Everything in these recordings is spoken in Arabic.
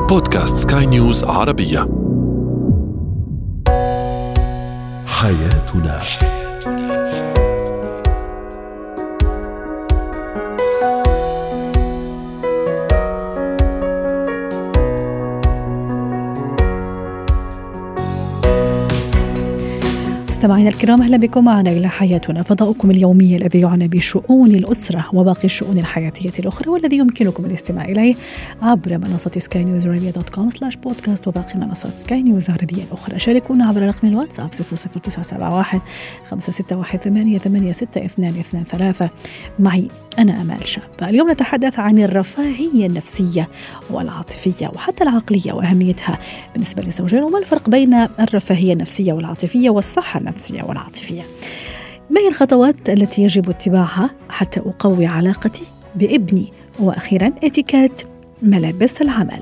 بودكاست سكاي نيوز عربية. حياتنا. مستمعينا الكرام، أهلا بكم معنا إلى حياتنا، فضاؤكم اليومي الذي يعنى بشؤون الأسرة وباقي الشؤون الحياتية الأخرى، والذي يمكنكم الاستماع إليه عبر منصة skynewsarabia.com/podcast وباقي منصات سكاي نيوز عربية الأخرى. شاركونا عبر رقم الواتساب 00971 561 886223. معي أنا أمال شاب. اليوم نتحدث عن الرفاهية النفسية والعاطفية وحتى العقلية وأهميتها بالنسبة للزوجين، وما الفرق بين الرفاهية النفسية والعاطفية والصحة النفسية والعاطفية. ما هي الخطوات التي يجب اتباعها حتى أقوي علاقتي بابني؟ وأخيرا اتيكيت ملابس العمل.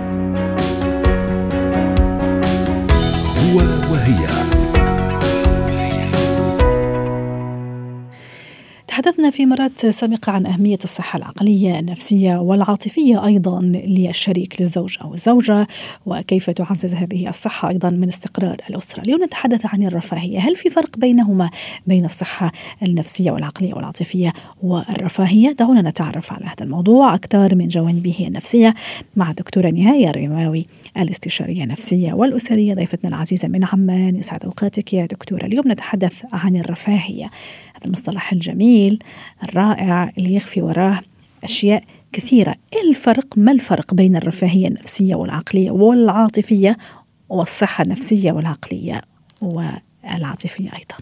هو وهي. تحدثنا في مرات سابقة عن أهمية الصحة العقلية النفسية والعاطفية أيضا للشريك، للزوج أو الزوجة، وكيف تعزز هذه الصحة أيضا من استقرار الأسرة. اليوم نتحدث عن الرفاهية. هل في فرق بينهما، بين الصحة النفسية والعقلية والعاطفية والرفاهية؟ دعونا نتعرف على هذا الموضوع أكثر من جوانبه النفسية مع دكتورة نهاية الرماوي، الاستشارية النفسية والأسرية، ضيفتنا العزيزة من عمان. يسعد أوقاتك يا دكتورة. اليوم نتحدث عن الرفاهية، هذا المصطلح الجميل الرائع اللي يخفي وراه أشياء كثيرة. ما الفرق بين الرفاهية النفسية والعقلية والعاطفية والصحة النفسية والعقلية والعاطفية أيضا؟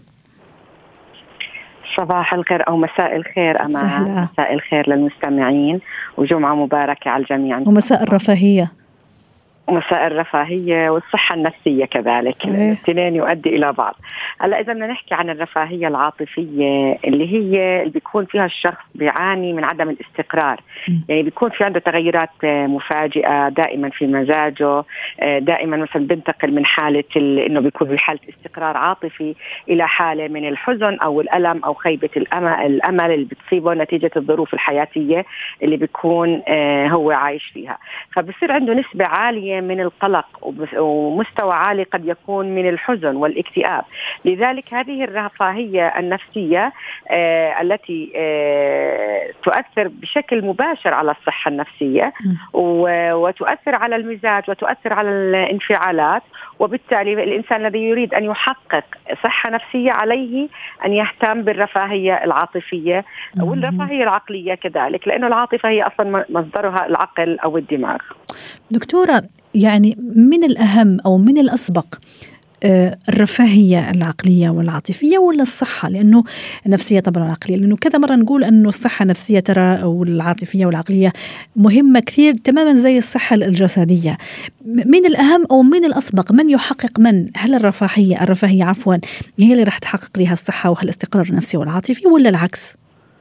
صباح الخير أو مساء الخير أمال. مساء الخير للمستمعين، وجمعة مباركة على الجميع. ومساء الرفاهية. ومساء الرفاهية والصحة النفسية كذلك، الاثنين يؤدي إلى بعض. هلا إذا بدنا نحكي عن الرفاهية العاطفية اللي بيكون فيها الشخص بيعاني من عدم الاستقرار، يعني بيكون في عنده تغيرات مفاجئة دائما في مزاجه، دائما مثلا بنتقل من حالة إنه بيكون بحالة استقرار عاطفي إلى حالة من الحزن أو الألم أو خيبة الأمل اللي بتصيبه نتيجة الظروف الحياتية اللي بيكون هو عايش فيها. فبصير عنده نسبة عالية من القلق ومستوى عالي قد يكون من الحزن والاكتئاب. لذلك هذه الرفاهية النفسية التي تؤثر بشكل مباشر على الصحة النفسية وتؤثر على المزاج وتؤثر على الانفعالات، وبالتالي الإنسان الذي يريد أن يحقق صحة نفسية عليه أن يهتم بالرفاهية العاطفية والرفاهية العقلية كذلك، لأنه العاطفة هي أصلا مصدرها العقل أو الدماغ. دكتورة، يعني من الأهم أو من الأسبق الرفاهية العقلية والعاطفية ولا الصحة؟ لأنه النفسية طبعا العقلية، لأنه كذا مرة نقول أنه الصحة النفسية ترى أو العاطفية والعقلية مهمة كثير تماما زي الصحة الجسدية. من الأهم أو من الأسبق من يحقق من؟ هل الرفاهية هي اللي راح تحقق لها الصحة والاستقرار النفسي والعاطفي، ولا العكس؟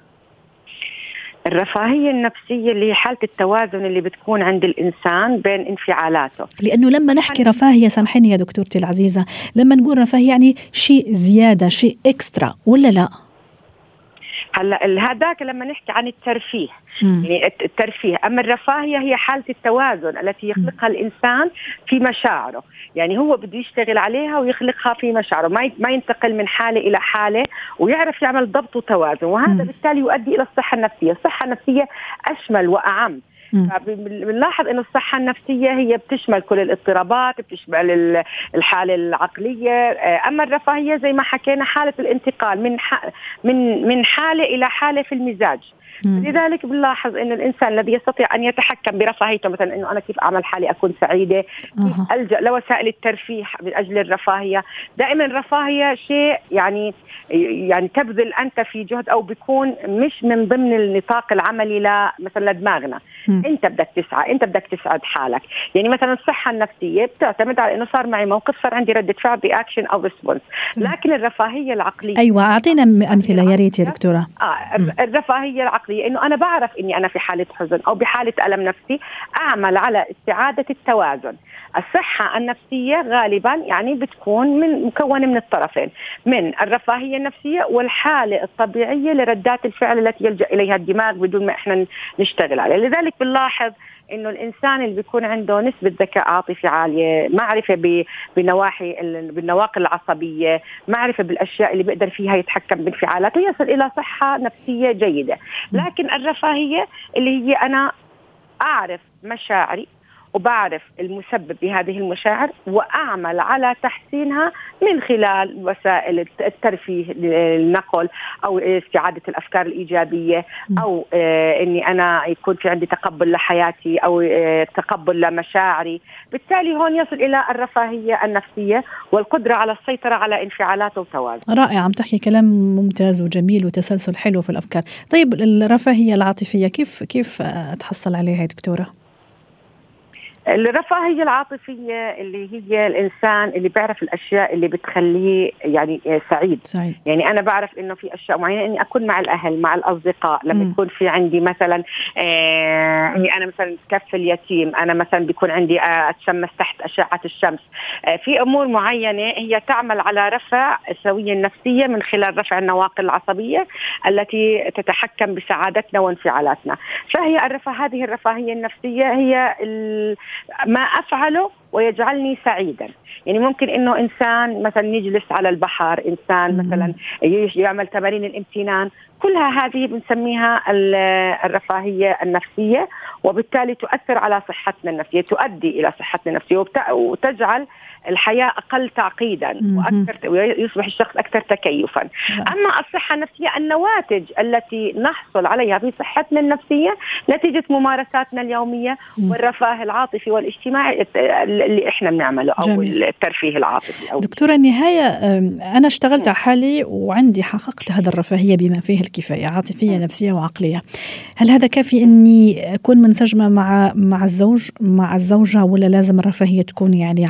الرفاهية النفسية اللي هي حالة التوازن اللي بتكون عند الإنسان بين انفعالاته. لأنه لما نحكي رفاهية، سامحيني يا دكتورتي العزيزة، لما نقول رفاهية يعني شيء زيادة، شيء إكسترا، ولا لا؟ هلا هذاك لما نحكي عن الترفيه، يعني الترفيه. أما الرفاهية هي حالة التوازن التي يخلقها الإنسان في مشاعره، يعني هو بده يشتغل عليها ويخلقها في مشاعره، ما ينتقل من حالة إلى حالة، ويعرف يعمل ضبط وتوازن، وهذا بالتالي يؤدي إلى الصحة النفسية. الصحة النفسية أشمل وأعم. بنلاحظ إنه الصحة النفسية هي بتشمل كل الاضطرابات، بتشمل الحالة العقلية. أما الرفاهية زي ما حكينا حالة الانتقال من حالة إلى حالة في المزاج. لذلك بنلاحظ إنه الإنسان الذي يستطيع أن يتحكم برفاهيته، مثلا إنه أنا كيف أعمل حالي أكون سعيدة، ألجأ لوسائل الترفيه من أجل الرفاهية. دائما الرفاهية شيء يعني تبذل أنت في جهد، أو بيكون مش من ضمن النطاق العملي مثلا لدماغنا. أنت بدك تسعى، أنت بدك تسعد حالك. يعني مثلا الصحة النفسية بتعتمد على إنه صار معي موقف، صار عندي ردة فعل، رياكشن أو ريسبونس. لكن الرفاهية العقلية، أيوة، أعطينا أمثلة يا ريت يا دكتورة. الرفاهية العقلية إنه أنا بعرف إني أنا في حالة حزن أو بحالة ألم نفسي، أعمل على استعادة التوازن. الصحة النفسية غالبا يعني بتكون مكونة من الطرفين، من الرفاهية النفسية والحالة الطبيعية لردات الفعل التي يلجأ إليها الدماغ بدون ما إحنا نشتغل عليها. لذلك بنلاحظ إنه الإنسان اللي بيكون عنده نسبة ذكاء عاطفي عالية، معرفة بالنواقل العصبية، معرفة بالأشياء اللي بيقدر فيها يتحكم بانفعالاته، يصل إلى صحة نفسية جيدة. لكن الرفاهية اللي هي أنا أعرف مشاعري وبعرف المسبب بهذه المشاعر وأعمل على تحسينها من خلال وسائل الترفيه، النقل أو استعادة الأفكار الإيجابية، أو أني أنا يكون في عندي تقبل لحياتي أو تقبل لمشاعري. بالتالي هون يصل إلى الرفاهية النفسية والقدرة على السيطرة على انفعالاته وتوازن. رائع، عم تحكي كلام ممتاز وجميل وتسلسل حلو في الأفكار. طيب الرفاهية العاطفية كيف أتحصل عليها دكتورة؟ الرفاهية العاطفية اللي هي الإنسان اللي بيعرف الأشياء اللي بتخليه يعني سعيد. يعني أنا بعرف إنه في أشياء معينة إني أكون مع الأهل، مع الأصدقاء، لما يكون في عندي مثلا إني أنا مثلا كفل يتيم، أنا مثلا بيكون عندي أتشمس تحت أشعة الشمس. في أمور معينة هي تعمل على رفع السوية النفسية من خلال رفع النواقل العصبية التي تتحكم بسعادتنا وانفعالاتنا. فهي هذه الرفاهية النفسية هي ما أفعله ويجعلني سعيدا. يعني ممكن إنه إنسان مثلا يجلس على البحر، إنسان مثلا يعمل تمارين الامتنان، كلها هذه بنسميها الرفاهية النفسية، وبالتالي تؤثر على صحتنا النفسية، تؤدي إلى صحتنا النفسية وتجعل الحياة أقل تعقيدا ويصبح الشخص أكثر تكيفا. أما الصحة النفسية، النواتج التي نحصل عليها في صحتنا النفسية نتيجة ممارساتنا اليومية والرفاه العاطفي والاجتماعي اللي إحنا بنعمله أو جميل. الترفيه العاطفي. دكتورة، النهاية أنا اشتغلت على حالي وعندي حققت هذا الرفاهية بما فيه الكفاية، عاطفية نفسية وعقلية. هل هذا كافي إني أكون منسجمة مع الزوج مع الزوجة، ولا لازم الرفاهية تكون يعني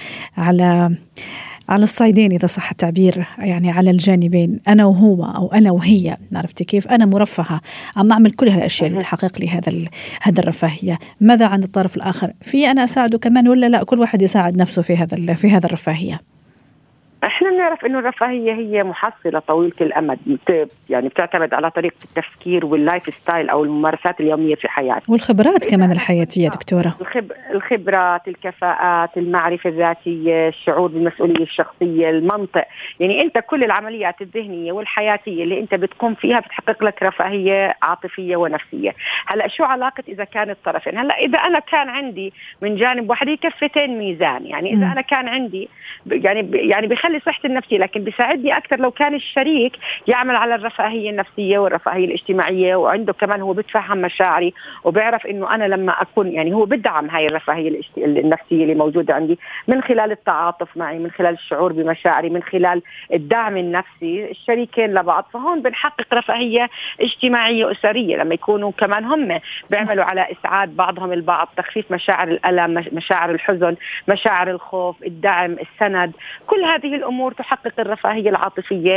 على الصيدين إذا صح التعبير، يعني على الجانبين، أنا وهو أو أنا وهي؟ عرفتي كيف؟ أنا مرفهة عم أعمل كل هالأشياء اللي تحقق لي هذا الرفاهية. ماذا عن الطرف الآخر؟ في أنا أساعده كمان ولا لا كل واحد يساعد نفسه في هذا الرفاهية؟ احنا بنعرف انه الرفاهية هي محصلة طويلة الامد، يعني بتعتمد على طريقة التفكير واللايف ستايل او الممارسات اليومية في حياتنا والخبرات كمان الحياتية دكتورة. الخبرات، الكفاءات، المعرفة الذاتية، الشعور بالمسؤولية الشخصية، المنطق. يعني انت كل العمليات الذهنية والحياتية اللي انت بتقوم فيها بتحقق لك رفاهية عاطفية ونفسية. هلا شو علاقة اذا كان الطرفين؟ هلا اذا انا كان عندي من جانب واحد كفتين ميزان، يعني اذا انا كان عندي يعني بيخلي صحتي النفسية، لكن بيساعدني أكثر لو كان الشريك يعمل على الرفاهية النفسية والرفاهية الاجتماعية، وعنده كمان هو بتفهم مشاعري وبيعرف إنه أنا لما أكون يعني هو بدعم هاي الرفاهية النفسية اللي موجودة عندي من خلال التعاطف معي، من خلال الشعور بمشاعري، من خلال الدعم النفسي الشريكين لبعض. فهون بنحقق رفاهية اجتماعية أسرية لما يكونوا كمان هم بيعملوا على إسعاد بعضهم البعض، تخفيف مشاعر الألم، مشاعر الحزن، مشاعر الخوف، الدعم، السند. كل هذه الأمور تحقق الرفاهية العاطفية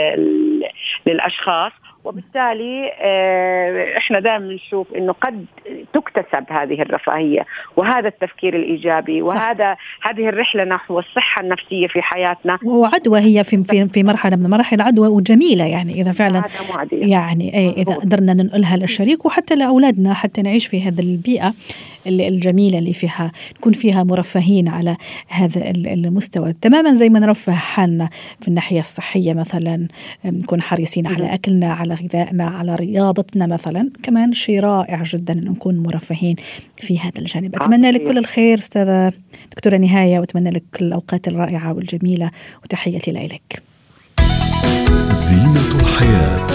للأشخاص. وبالتالي احنا دائما نشوف انه قد تكتسب هذه الرفاهية وهذا التفكير الإيجابي وهذه الرحلة نحو الصحة النفسية في حياتنا. وعدوى هي في مرحلة من مراحل عدوى وجميلة، يعني إذا فعلا يعني إذا قدرنا ننقلها للشريك وحتى لأولادنا، حتى نعيش في هذه البيئة الجميلة اللي فيها نكون فيها مرفهين على هذا المستوى، تماما زي ما نرفه حالنا في الناحية الصحية، مثلا نكون حريصين على أكلنا، على غذائنا، على رياضتنا مثلا. كمان شيء رائع جدا أن نكون مرفهين في هذا الجانب. أتمنى لك كل الخير أستاذة دكتورة نهاية، وأتمنى لك كل الأوقات الرائعة والجميلة، وتحياتي لك. زينة الحياة.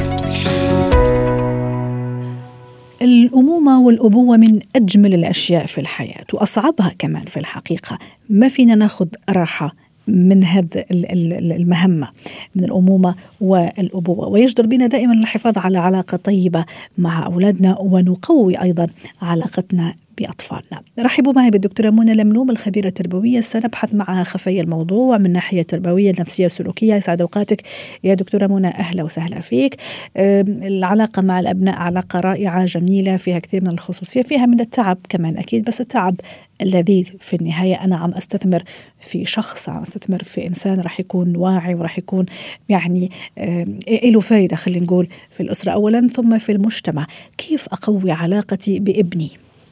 الأمومة والأبوة من أجمل الأشياء في الحياة وأصعبها كمان في الحقيقة. ما فينا ناخذ راحة من هذا المهمة من الأمومة والأبوة، ويجدر بنا دائما الحفاظ على علاقة طيبة مع أولادنا، ونقوي أيضا علاقتنا بأطفالنا. رحبوا معي بالدكتورة منى لملوم الخبيرة التربوية، سنبحث معها خفايا الموضوع من ناحية تربوية نفسية سلوكية. يسعد أوقاتك يا دكتورة منى، أهلا وسهلا فيك. العلاقة مع الأبناء علاقة رائعة جميلة، فيها كثير من الخصوصية، فيها من التعب كمان أكيد، بس التعب الذي في النهاية أنا عم أستثمر في شخص، عم أستثمر في إنسان رح يكون واعي ورح يكون يعني له فايدة، خلينا نقول في الأسرة أولا ثم في المجتمع. كيف أقوي علاقتي بابني؟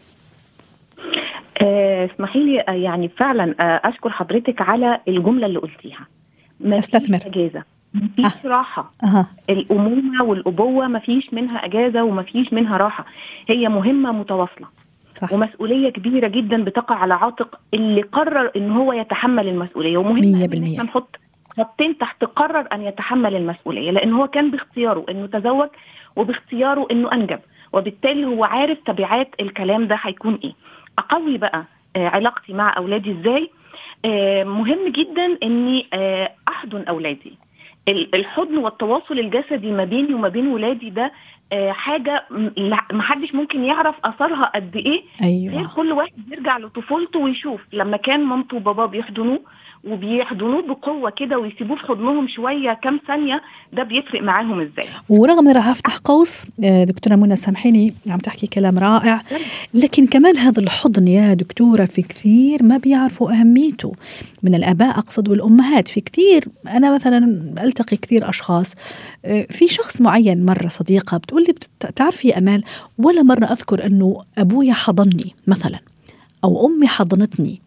اسمحي لي يعني فعلا أشكر حضرتك على الجملة اللي قلتيها. أستثمر أجازة، مفيش راحة. الأمومة والأبوة مفيش منها أجازة ومفيش منها راحة، هي مهمة متواصلة. صح. ومسؤولية كبيرة جدا بتقع على عاتق اللي قرر إن هو يتحمل المسؤولية، ومهم إن احنا نحط خطين تحت قرر أن يتحمل المسؤولية، لأن هو كان باختياره إنه تزوج وباختياره إنه أنجب، وبالتالي هو عارف تبعات الكلام ده هيكون إيه. أقوي بقى علاقتي مع أولادي إزاي؟ مهم جدا إني أحضن أولادي. الحضن والتواصل الجسدي ما بيني وما بين ولادي ده حاجة محدش ممكن يعرف أثرها قد إيه. أيوة. كل واحد يرجع لطفولته ويشوف لما كان مامته وبابا بيحضنوه بقوة كده ويسيبوه في حضنهم شوية كم ثانية، ده بيفرق معاهم إزاي. ورغم أن راح أفتح قوس دكتورة منى، سامحيني عم تحكي كلام رائع، لكن كمان هذا الحضن يا دكتورة في كثير ما بيعرفوا أهميته من الآباء أقصد والأمهات. في كثير، أنا مثلا ألتقي كثير أشخاص، في شخص معين مرة صديقة بتقول لي تعرفي يا أمال، ولا مرة أذكر أنه أبويا حضنني مثلا أو أمي حضنتني.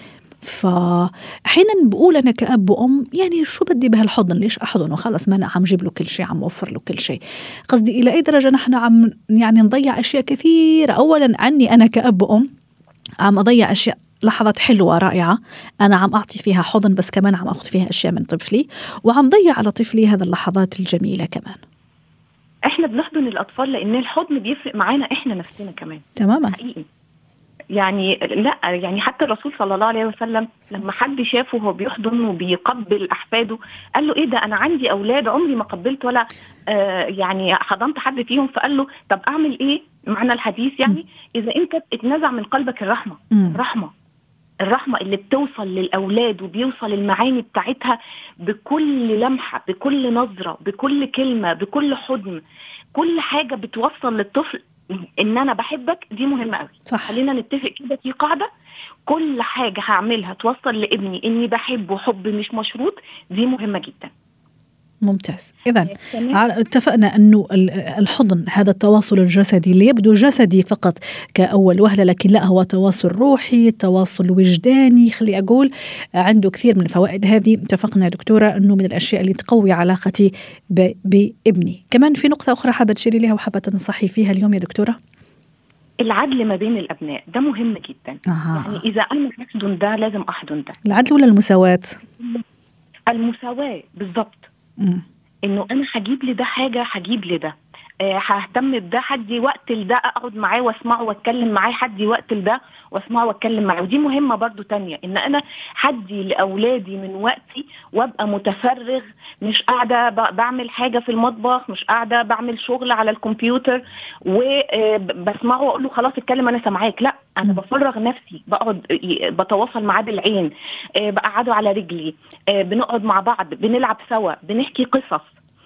فحينا بقول أنا كأب وأم يعني شو بدي بهالحضن، ليش أحضنه؟ خلص ما أنا عم جيب له كل شيء، عم أوفر له كل شيء. قصدي إلى أي درجة نحن عم يعني نضيع أشياء كثيرة. أولا عني أنا كأب وأم عم أضيع أشياء، لحظات حلوة رائعة أنا عم أعطي فيها حضن، بس كمان عم أخذ فيها أشياء من طفلي، وعم ضيع على طفلي هذا اللحظات الجميلة كمان. إحنا بنحضن الأطفال لأن الحضن بيفرق معانا إحنا نفسنا كمان. تماما. حقيقي. يعني لا، يعني حتى الرسول صلى الله عليه وسلم لما حد شافه وهو بيحضن وبيقبل أحفاده قال له إيه ده، أنا عندي أولاد عمري ما قبلت ولا يعني حضنت حد فيهم. فقال له طب أعمل إيه؟ معنى الحديث يعني إذا أنت اتنزع من قلبك الرحمة اللي بتوصل للأولاد وبيوصل المعاني بتاعتها بكل لمحة، بكل نظرة، بكل كلمة، بكل حضن، كل حاجة بتوصل للطفل ان انا بحبك، دي مهمة قوي. خلينا نتفق كده في قاعدة، كل حاجة هعملها توصل لابني اني بحبه حب مش مشروط، دي مهمة جدا. ممتاز. إذن اتفقنا أنه الحضن هذا التواصل الجسدي اللي يبدو جسدي فقط كأول وهلة، لكن لا، هو تواصل روحي، تواصل وجداني، خلي أقول عنده كثير من الفوائد. هذه اتفقنا يا دكتورة أنه من الأشياء اللي تقوي علاقتي بابني. كمان في نقطة أخرى حابة تشيري لها وحابة تنصحي فيها اليوم يا دكتورة؟ العدل ما بين الأبناء ده مهم جدا. يعني إذا أنا أحضن ده لازم أحضن ده. العدل ولا المساواة؟ المساواة بالضبط. انه انا هجيب لده حاجه، هجيب لده ههتم بده، حدي وقت لده اقعد معاه واسمعه واتكلم معاه، حدي وقت لده واسمعه واتكلم معاه. ودي مهمه برضو تانية، ان انا حدي لاولادي من وقتي وابقى متفرغ، مش قاعده بعمل حاجه في المطبخ، مش قاعده بعمل شغل على الكمبيوتر وبسمعه واقول له خلاص اتكلم انا سامعاك. لا، انا بفرغ نفسي، بقعد بتواصل معاه بالعين، بقعده على رجلي، بنقعد مع بعض، بنلعب سوا، بنحكي قصص.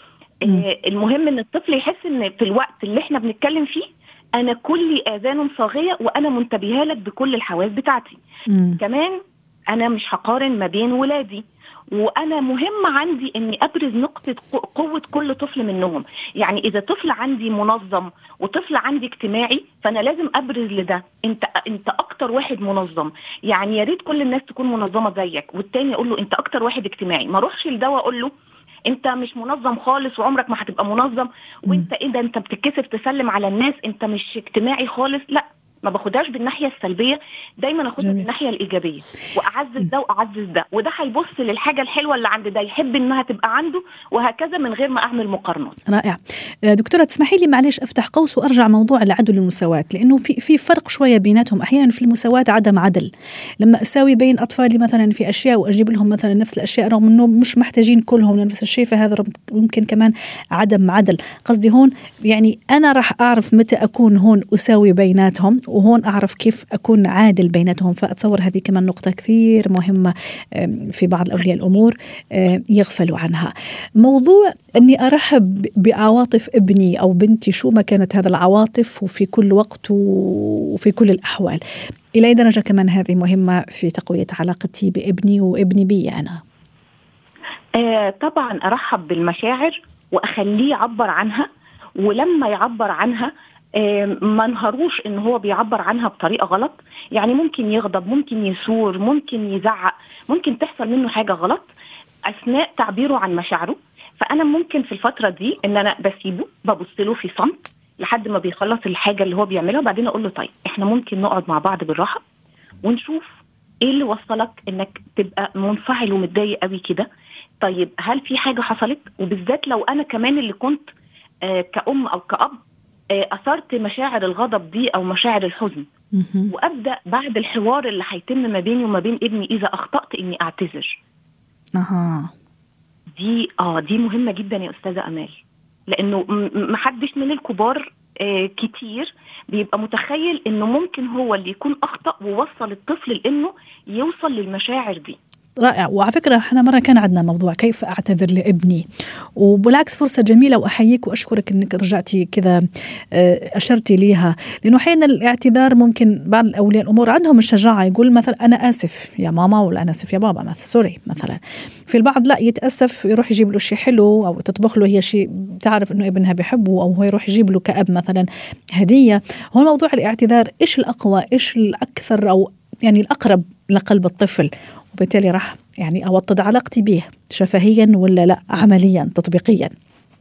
المهم ان الطفل يحس ان في الوقت اللي احنا بنتكلم فيه انا كل اذان صاغية وانا منتبهة لك بكل الحواس بتاعتي. كمان انا مش هقارن ما بين ولادي، وانا مهم عندي اني ابرز نقطة قوة كل طفل منهم. يعني اذا طفل عندي منظم وطفل عندي اجتماعي، فانا لازم ابرز لده انت اكتر واحد منظم، يعني يا ريت كل الناس تكون منظمة زيك، والتاني اقول له انت اكتر واحد اجتماعي. ما اروحش لده واقول له انت مش منظم خالص وعمرك ما هتبقى منظم، وانت ايه ده انت بتتكسف تسلم على الناس، انت مش اجتماعي خالص. لا، ما باخدهاش بالناحيه السلبيه، دايما اخدها بالناحيه الايجابيه، واعزز ده واعزز ده، وده هيبص للحاجه الحلوه اللي عند ده يحب انها تبقى عنده، وهكذا من غير ما اعمل مقارنات. رائع. دكتوره تسمحي لي معلش افتح قوس وارجع موضوع العدل والمساواه، لانه في فرق شويه بيناتهم. احيانا في المساواه عدم عدل، لما اساوي بين اطفالي مثلا في اشياء واجيب لهم مثلا نفس الاشياء رغم انه مش محتاجين كلهم نفس الشيء، فهذا ممكن كمان عدم عدل. قصدي هون يعني انا راح اعرف متى اكون هون اساوي بيناتهم، وهون أعرف كيف أكون عادل بيناتهم. فأتصور هذه كمان نقطة كثير مهمة في بعض أولياء الأمور يغفلوا عنها. موضوع أني أرحب بعواطف ابني أو بنتي شو ما كانت هذا العواطف وفي كل وقت وفي كل الأحوال، إلى أي درجة كمان هذه مهمة في تقوية علاقتي بابني وابني بي أنا؟ طبعا أرحب بالمشاعر وأخليه يعبر عنها، ولما يعبر عنها ما نهروش إن هو بيعبر عنها بطريقة غلط. يعني ممكن يغضب، ممكن يثور، ممكن يزعق، ممكن تحصل منه حاجة غلط أثناء تعبيره عن مشاعره. فأنا ممكن في الفترة دي إن أنا بسيبه، ببصله في صمت لحد ما بيخلص الحاجة اللي هو بيعملها، وبعدين أقول له طيب إحنا ممكن نقعد مع بعض بالراحة ونشوف إيه اللي وصلك إنك تبقى منفعل ومتضايق قوي كده. طيب هل في حاجة حصلت؟ وبالذات لو أنا كمان اللي كنت كأم أو كأب أثرت مشاعر الغضب دي أو مشاعر الحزن، وأبدأ بعد الحوار اللي هيتم ما بيني وما بين ابني إذا أخطأت إني أعتذر. دي مهمة جدا يا أستاذة أمال، لأنه محدش من الكبار كتير بيبقى متخيل إنه ممكن هو اللي يكون أخطأ ووصل الطفل لإنه يوصل للمشاعر دي. رائع. وعلى فكرة احنا مرة كان عندنا موضوع كيف أعتذر لابني، وبالعكس فرصة جميلة وأحييك وأشكرك أنك رجعتي كذا أشرتي ليها، لأنه حين الاعتذار ممكن بعض أولياء الأمور عندهم الشجاعة يقول مثلا أنا آسف يا ماما ولا أنا آسف يا بابا مثلا، سوري مثلا. في البعض لا، يتأسف يروح يجيب له شيء حلو أو تطبخ له هي شيء تعرف أنه ابنها بيحبه، أو هو يروح يجيب له كأب مثلا هدية. هو موضوع الاعتذار إيش الأقوى، إيش الأكثر أو يعني الأقرب لقلب الطفل، وبالتالي راح يعني أوطد علاقتي به شفهيا ولا لا عمليا تطبيقيا.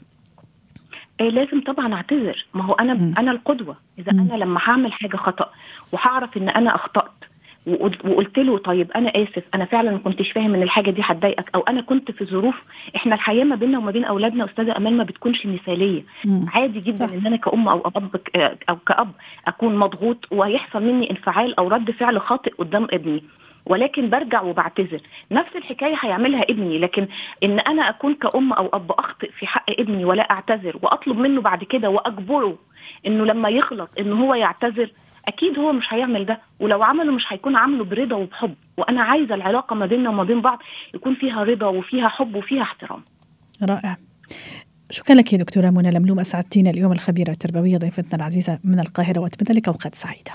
لازم طبعا اعتذر. ما هو أنا القدوة. إذا أنا لما هعمل حاجة خطأ وهعرف إن أنا أخطأت وقلت له طيب أنا آسف، أنا فعلا ما كنتش فاهم إن الحاجة دي هتضايقك، أو أنا كنت في ظروف. إحنا الحياة ما بيننا وما بين أولادنا أستاذة أمال ما بتكونش مثالية. عادي جدا إن أنا كأم أو كأب أكون مضغوط ويحصل مني انفعال أو رد فعل خاطئ قدام ابني، ولكن برجع وبعتذر. نفس الحكاية هيعملها ابني. لكن إن أنا أكون كأم أو أب أخطئ في حق ابني ولا أعتذر وأطلب منه بعد كده وأجبره إنه لما يغلط إنه هو يعتذر، أكيد هو مش هيعمل ده. ولو عمله مش هيكون عمله برضا وبحب. وأنا عايزة العلاقة ما بيننا وما بين بعض يكون فيها رضا وفيها حب وفيها احترام. رائع. شكرا لك يا دكتورة منى لملوم، أسعدتينا اليوم، الخبيرة التربوية ضيفتنا العزيزة من القاهرة، وأتمنى لك أوقات سعيدة.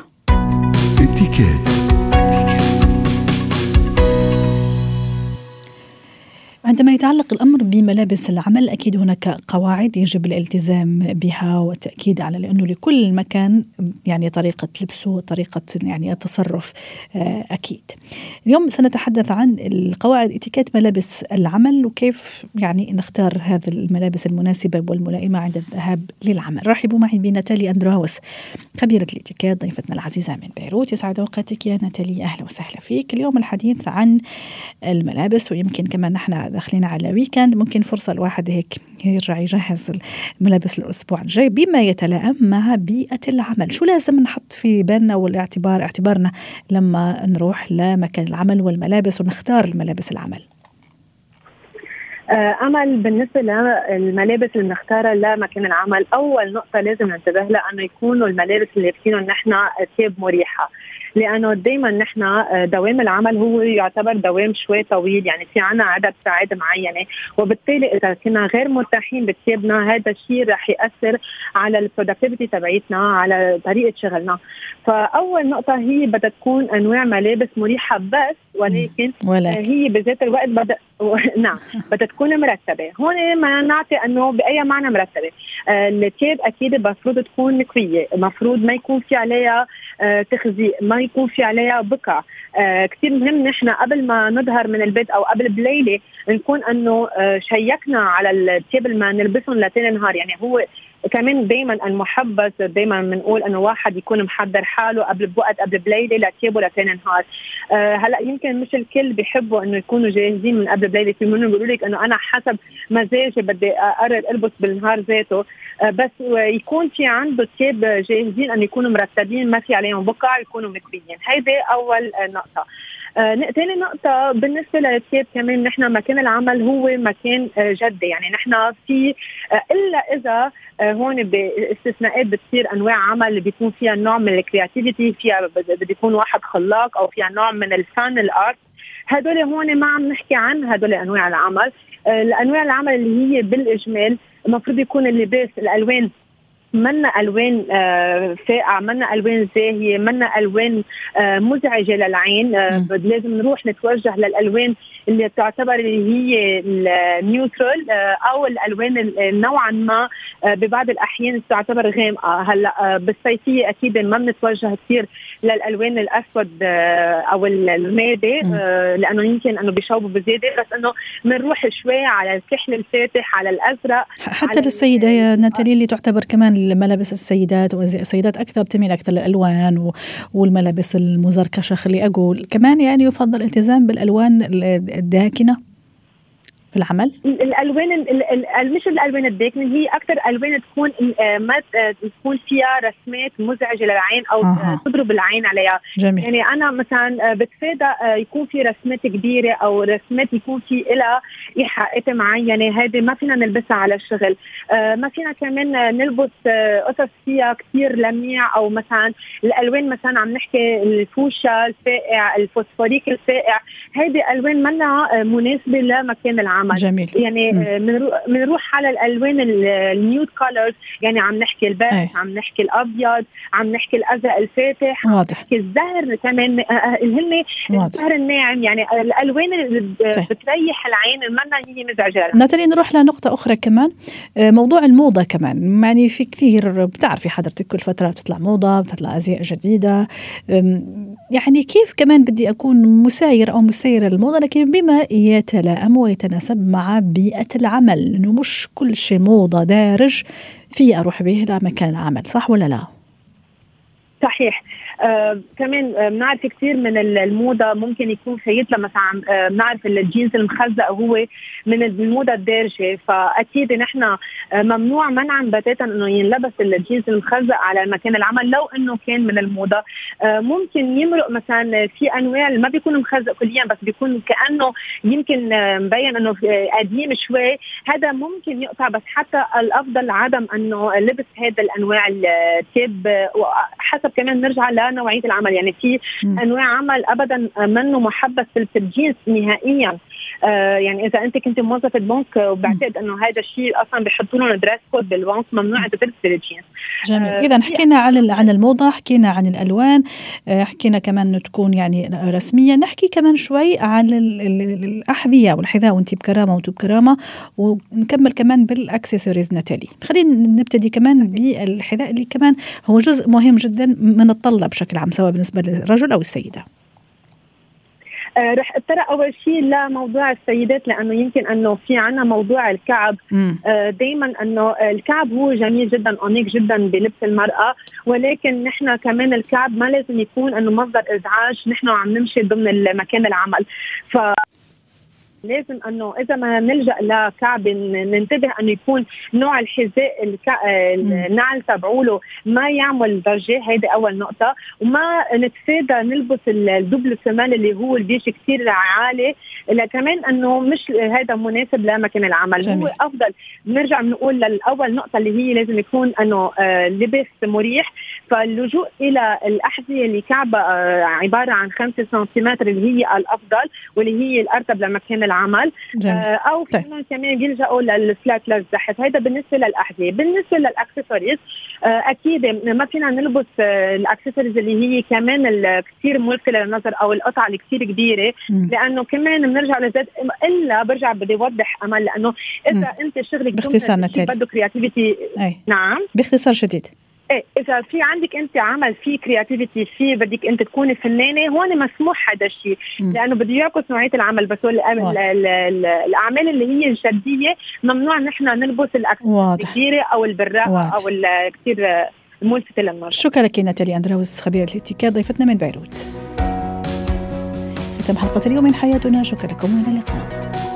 عندما يتعلق الأمر بملابس العمل أكيد هناك قواعد يجب الالتزام بها والتأكيد على، لأنه لكل مكان يعني طريقة لبسه، طريقة يعني التصرف أكيد. اليوم سنتحدث عن القواعد اتيكيت ملابس العمل وكيف يعني نختار هذه الملابس المناسبة والملائمة عند الذهاب للعمل. رحبوا معي بناتالي أندراوس خبيرة الاتيكيت ضيفتنا العزيزة من بيروت. يسعد أوقاتك يا ناتالي، أهلا وسهلا فيك. اليوم الحديث عن الملابس، ويمكن كمان نحن داخلين على ويكند، ممكن فرصة الواحد هيك يرجع يجهز الملابس الأسبوع الجاي بما يتلائم مع بيئة العمل. شو لازم نحط في بالنا اعتبارنا لما نروح لمكان العمل والملابس ونختار الملابس العمل؟ أمل، بالنسبة للملابس اللي بنختارها لمكان العمل، أول نقطة لازم ننتبه لها أنه يكونوا الملابس اللي لابسينهم نحن ثياب مريحة، لأنه دايما نحن دوام العمل هو يعتبر دوام شوي طويل، يعني في عنا عدد ساعات معينة، وبالتالي إذا كنا غير مرتاحين بثيابنا هذا الشيء رح يأثر على البرودكتيفيتي تبعيتنا، على طريقة شغلنا. فأول نقطة هي بدها تكون أنواع ملابس مريحة بس، ولكن هي بذات الوقت نعم بدها تكون مرتبة. هون ما نعطي أنه بأي معنى مرتبة. الثياب أكيد المفروض تكون مكوية، المفروض ما يكون في عليها تخزيق، ما يكون في عليها بقع. كثير مهم نحن قبل ما نظهر من البيت أو قبل بليلة نكون أنه شيكنا على الثياب اللي ما نلبسهم لتاني نهار. يعني هو كمان دايما المحبذ دايما بنقول انه واحد يكون محضر حاله بوقت قبل بليله لتيابه لتاني نهار. هلا يمكن مش الكل بيحبوا انه يكونوا جاهزين من قبل بليله، في منهم بيقولوا لك انه انا حسب مزاجي بدي اقرر البس بالنهار ذاته، بس يكون في عنده تياب جاهزين ان يكونوا مرتبين ما في عليهم بقع، يكونوا مكويين. هيدي اول نقطه. ثاني نقطة بالنسبة للثياب كمان، نحن مكان العمل هو مكان جدي، يعني نحن في إلا إذا هون باستثناءات بتصير أنواع عمل اللي بيكون فيها نوع من الكرياتيفيتي، فيها بيكون واحد خلاق أو فيها نوع من الفن الارت، هدول هون ما عم نحكي عن هدول أنواع العمل. الأنواع العمل اللي هي بالإجمال المفروض يكون اللباس الألوان منا ألوان فاقعة، منا ألوان زاهية، منا ألوان مزعجة للعين. لازم نروح نتوجه للألوان اللي تعتبر اللي هي النيوترال أو الألوان نوعا ما ببعض الأحيان تعتبر غامقة. هلا بالصيفية أكيد ما بنتوجه كثير للألوان الأسود أو المادي لأنه يمكن أنه بيشوبوا بزيادة، بس أنه بنروح شوي على الكحل الفاتح، على الأزرق. حتى للسيدة يا ناتالي اللي تعتبر كمان ملابس السيدات والسيدات أكثر تميل أكثر للألوان والملابس المزركشة، خلي أقول كمان يعني يفضل الالتزام بالألوان الداكنة في العمل. الألوان مش الألوان الداكنة، هي أكثر ألوان تكون ما تكون فيها رسمات مزعجة للعين أو تضرب العين عليها. جميل. يعني أنا مثلا بتفادى يكون في رسمات كبيرة أو رسمات يكون في إلها إيحاءات معينة، هذه ما فينا نلبسها على الشغل. ما فينا كمان نلبس قصص فيها كثير لميع، أو مثلا الألوان مثلا عم نحكي الفوشا الفائع، الفوسفوريك الفائع، هذه ألوان منا مناسبة لمكان العمل. جميل. يعني بنروح على الالوان النيود كولرز، يعني عم نحكي البيج، عم نحكي الابيض، عم نحكي الازرق الفاتح، واضح. نحكي الزهر كمان، هن الزهر الناعم، يعني الالوان اللي بتريح العين ما هي مزعجه. ناتالي نروح لنقطه اخرى كمان، موضوع الموضه كمان، يعني في كثير بتعرفي حضرتك كل فتره بتطلع موضه، بتطلع ازياء جديده، يعني كيف كمان بدي اكون مساير او مسيره للموضه لكن بما يتلائم ويتناسب مع بيئة العمل، إنه مش كل شيء موضة دارج في أروح به لمكان العمل، صح ولا لا؟ صحيح. كمان بنعرف كثير من الموضة ممكن يكون خيط، لما بنعرف الجينز المخزق هو من الموضة الدارجة، فأكيد نحن ممنوع منعا بتاتا أنه ينلبس الجينز المخزق على مكان العمل لو أنه كان من الموضة. ممكن يمرق مثلا في أنواع ما بيكون مخزق كليا، بس بيكون كأنه يمكن مبين أنه قديم شوي، هذا ممكن يقطع، بس حتى الأفضل عدم أنه لبس هذا الأنواع التيب، حسب كمان نرجع لنوعية العمل. يعني في أنواع عمل أبدا منه محبس في الجينز نهائيا. يعني إذا أنت كنت موظفة بنك وبعتقد أنه هذا الشيء أصلا بيحطوا لهم دريس كود بالبنك، ممنوع أن تلبس الجينز. جميل. إذا حكينا عن الموضة، حكينا عن الألوان، حكينا كمان أنه تكون يعني رسمية، نحكي كمان شوي عن الأحذية والحذاء، وأنت بكرامة وأنت بكرامة، ونكمل كمان بالأكسسوارز. ناتالي خلينا نبتدي كمان بالحذاء اللي كمان هو جزء مهم جدا من الطلة بشكل عام، سواء بالنسبة للرجل أو السيدة. رح اتطرق اول شيء لموضوع السيدات، لانه يمكن انه في عنا موضوع الكعب. دائما انه الكعب هو جميل جدا، انيق جدا بلبس المراه، ولكن نحن كمان الكعب ما لازم يكون انه مصدر ازعاج نحن عم نمشي ضمن مكان العمل. ف لازم انه اذا ما نلجا لكعب ننتبه انه يكون نوع الحذاء النعل تبعوله ما يعمل ضجه، هيدي اول نقطه. وما نتفادى نلبس الدبل سمان اللي هو البيش كثير عالي، كمان انه مش هذا مناسب لمكان العمل. جميل. هو افضل نرجع بنقول للاول نقطه اللي هي لازم يكون انه لبس مريح، فاللجوء الى الاحذيه اللي كعبها عباره عن 5 سنتيمتر اللي هي الافضل واللي هي الارتب لمكان العمل. او كمان بيلجأوا للفلاتلس زحف. هذا بالنسبه للاحذيه. بالنسبه للاكسسوارز اكيد ما فينا نلبس الاكسسوارز اللي هي كمان كثير ملفتة للنظر او القطع اللي كثير كبيره، لانه كمان بنرجع لذات. الا برجع بدي اوضح امل، لانه اذا انت شغلك باختصار بده كرياتيفيتي. نعم باختصار شديد، إذا في عندك أنت عمل فيه كرياتيفيتي، فيه بدك أنت تكوني فنانة، هون مسموح هذا الشيء، لأنه بده يعكس نوعية العمل. بس الأعمال اللي هي الجدية ممنوع نحن نلبس الأكسسوارات الكبيرة أو البراقة أو الكثير ملفتة للنظر. شكرا لك ناتالي أندراوس، خبيرة الاتيكيت، ضيفتنا من بيروت. ختام حلقة اليوم من حياتنا، شكرا لكم وإلى اللقاء.